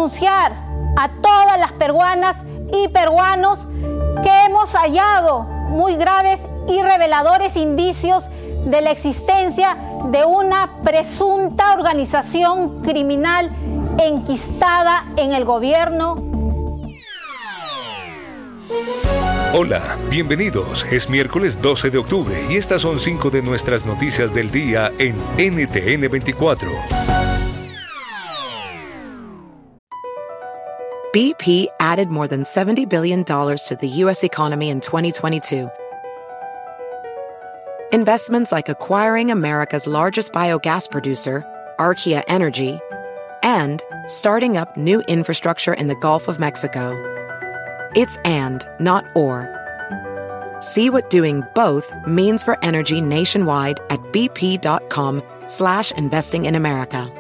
anunciar a todas las peruanas y peruanos que hemos hallado muy graves y reveladores indicios de la existencia de una presunta organización criminal enquistada en el gobierno. Hola, bienvenidos. Es miércoles 12 de octubre y estas son 5 de nuestras noticias del día en NTN 24. BP added more than $70 billion to the U.S. economy in 2022. Investments like acquiring America's largest biogas producer, Archaea Energy, and starting up new infrastructure in the Gulf of Mexico. It's and, not or. See what doing both means for energy nationwide at bp.com/investing in America.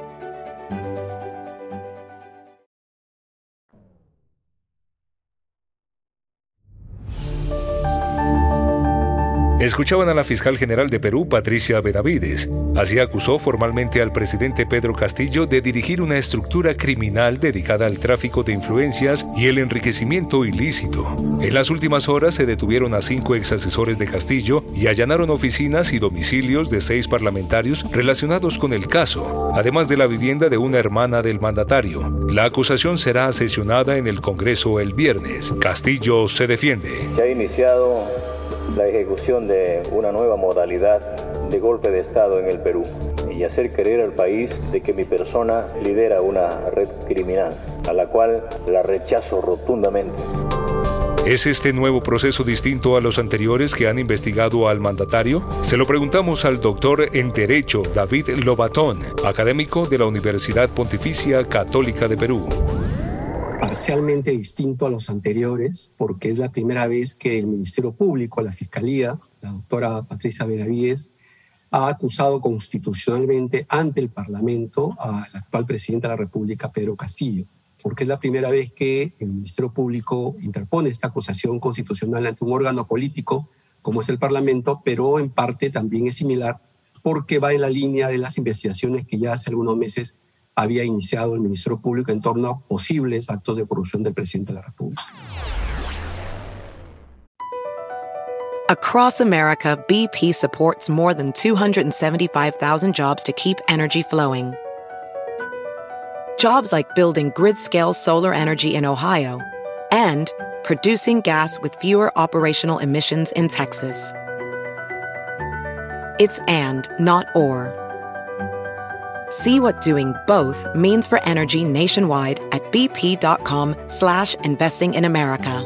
Escuchaban a la fiscal general de Perú, Patricia Benavides. Así acusó formalmente al presidente Pedro Castillo de dirigir una estructura criminal dedicada al tráfico de influencias y el enriquecimiento ilícito. En las últimas horas se detuvieron a 5 exasesores de Castillo y allanaron oficinas y domicilios de 6 parlamentarios relacionados con el caso, además de la vivienda de una hermana del mandatario. La acusación será sesionada en el Congreso el viernes. Castillo se defiende. Se ha iniciado la ejecución de una nueva modalidad de golpe de Estado en el Perú y hacer creer al país de que mi persona lidera una red criminal, a la cual la rechazo rotundamente. ¿Es este nuevo proceso distinto a los anteriores que han investigado al mandatario? Se lo preguntamos al doctor en Derecho David Lobatón, académico de la Universidad Pontificia Católica de Perú. Parcialmente distinto a los anteriores, porque es la primera vez que el Ministerio Público, la Fiscalía, la doctora Patricia Benavides, ha acusado constitucionalmente ante el Parlamento al actual presidente de la República, Pedro Castillo, porque es la primera vez que el Ministerio Público interpone esta acusación constitucional ante un órgano político como es el Parlamento, pero en parte también es similar porque va en la línea de las investigaciones que ya hace algunos meses había iniciado el Ministerio Público en torno a posibles actos de corrupción del presidente de la República. Across America, BP supports more than 275,000 jobs to keep energy flowing. Jobs like building grid-scale solar energy in Ohio and producing gas with fewer operational emissions in Texas. It's and, not or. See what doing both means for energy nationwide at bp.com/investing in America.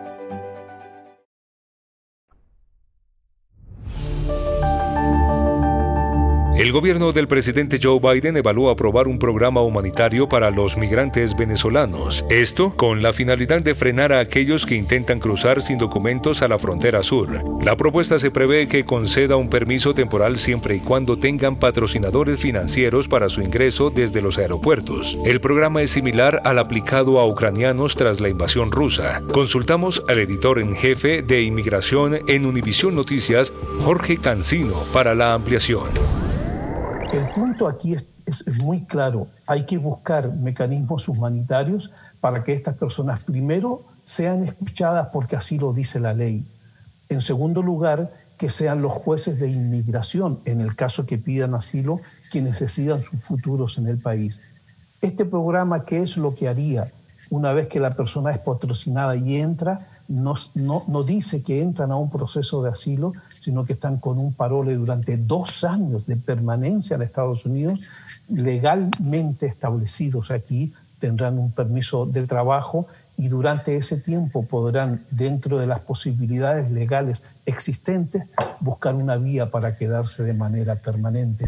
El gobierno del presidente Joe Biden evalúa aprobar un programa humanitario para los migrantes venezolanos. Esto con la finalidad de frenar a aquellos que intentan cruzar sin documentos a la frontera sur. La propuesta se prevé que conceda un permiso temporal siempre y cuando tengan patrocinadores financieros para su ingreso desde los aeropuertos. El programa es similar al aplicado a ucranianos tras la invasión rusa. Consultamos al editor en jefe de Inmigración en Univisión Noticias, Jorge Cancino, para la ampliación. El punto aquí es muy claro. Hay que buscar mecanismos humanitarios para que estas personas primero sean escuchadas porque así lo dice la ley. En segundo lugar, que sean los jueces de inmigración, en el caso que pidan asilo, quienes decidan sus futuros en el país. Este programa, ¿qué es lo que haría? Una vez que la persona es patrocinada y entra, no dice que entran a un proceso de asilo, sino que están con un parole durante 2 años de permanencia en Estados Unidos, legalmente establecidos aquí, tendrán un permiso de trabajo y durante ese tiempo podrán, dentro de las posibilidades legales existentes, buscar una vía para quedarse de manera permanente.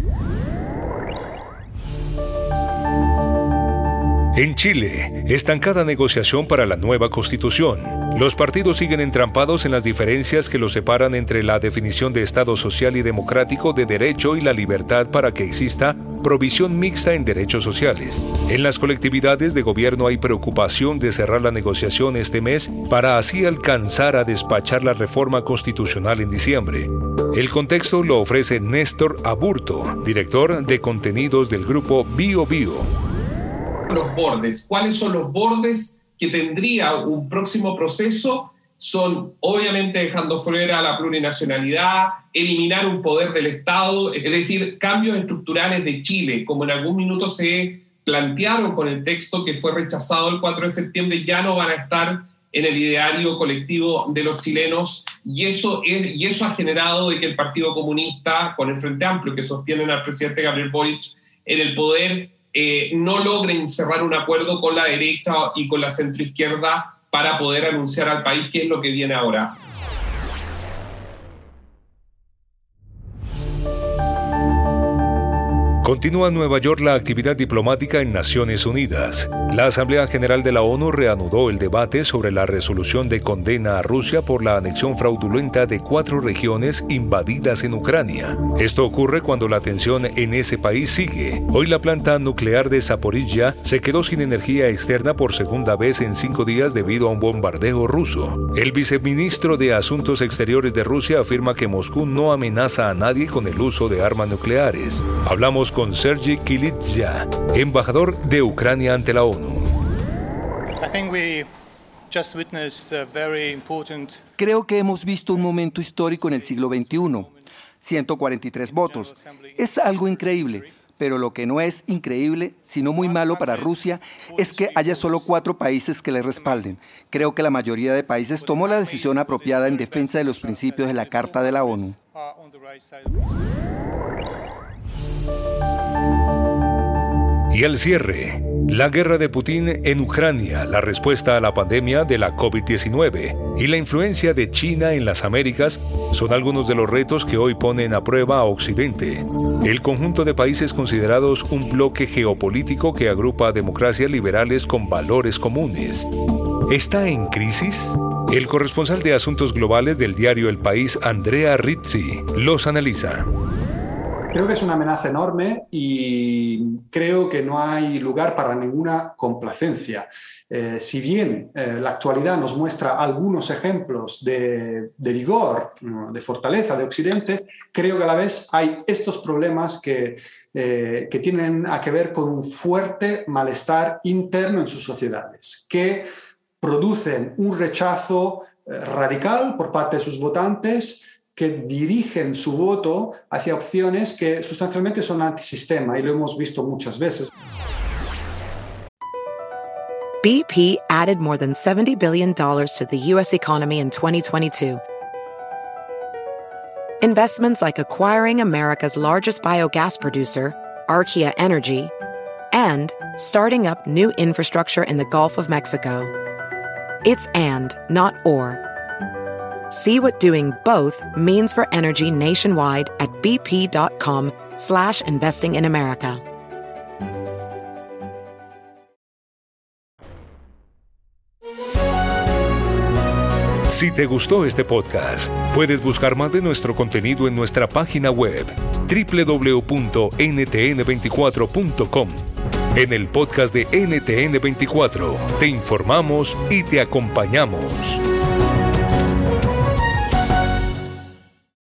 En Chile, estancada negociación para la nueva constitución. Los partidos siguen entrampados en las diferencias que los separan entre la definición de Estado social y democrático de derecho y la libertad para que exista provisión mixta en derechos sociales. En las colectividades de gobierno hay preocupación de cerrar la negociación este mes para así alcanzar a despachar la reforma constitucional en diciembre. El contexto lo ofrece Néstor Aburto, director de contenidos del grupo Bio Bio. los bordes. ¿Cuáles son los bordes que tendría un próximo proceso? Son obviamente dejando fuera la plurinacionalidad, eliminar un poder del Estado, es decir, cambios estructurales de Chile, como en algún minuto se plantearon con el texto que fue rechazado el 4 de septiembre, ya no van a estar en el ideario colectivo de los chilenos, y eso ha generado de que el Partido Comunista, con el Frente Amplio que sostienen al presidente Gabriel Boric en el poder, no logren cerrar un acuerdo con la derecha y con la centroizquierda para poder anunciar al país qué es lo que viene ahora. Continúa en Nueva York la actividad diplomática en Naciones Unidas. La Asamblea General de la ONU reanudó el debate sobre la resolución de condena a Rusia por la anexión fraudulenta de 4 regiones invadidas en Ucrania. Esto ocurre cuando la tensión en ese país sigue. Hoy la planta nuclear de Zaporizhia se quedó sin energía externa por segunda vez en 5 días debido a un bombardeo ruso. El viceministro de Asuntos Exteriores de Rusia afirma que Moscú no amenaza a nadie con el uso de armas nucleares. Hablamos con Sergei Kilitsia, embajador de Ucrania ante la ONU. Creo que hemos visto un momento histórico en el siglo XXI. 143 votos. Es algo increíble, pero lo que no es increíble, sino muy malo para Rusia, es que haya solo 4 países que le respalden. Creo que la mayoría de países tomó la decisión apropiada en defensa de los principios de la Carta de la ONU. Y al cierre, la guerra de Putin en Ucrania, la respuesta a la pandemia de la COVID-19 y la influencia de China en las Américas son algunos de los retos que hoy ponen a prueba a Occidente. El conjunto de países considerados un bloque geopolítico que agrupa a democracias liberales con valores comunes. ¿Está en crisis? El corresponsal de Asuntos Globales del diario El País, Andrea Rizzi, los analiza. Creo que es una amenaza enorme y creo que no hay lugar para ninguna complacencia. Si bien la actualidad nos muestra algunos ejemplos de vigor, de fortaleza de Occidente, creo que a la vez hay estos problemas que tienen que ver con un fuerte malestar interno en sus sociedades, que producen un rechazo radical por parte de sus votantes, que dirigen su voto hacia opciones que sustancialmente son antisistema, y lo hemos visto muchas veces. BP added more than $70 billion to the U.S. economy in 2022. Investments like acquiring America's largest biogas producer, Archaea Energy, and starting up new infrastructure in the Gulf of Mexico. It's and, not or. See what doing both means for energy nationwide at bp.com/investing in America. Si te gustó este podcast, puedes buscar más de nuestro contenido en nuestra página web www.ntn24.com. En el podcast de NTN24 te informamos y te acompañamos.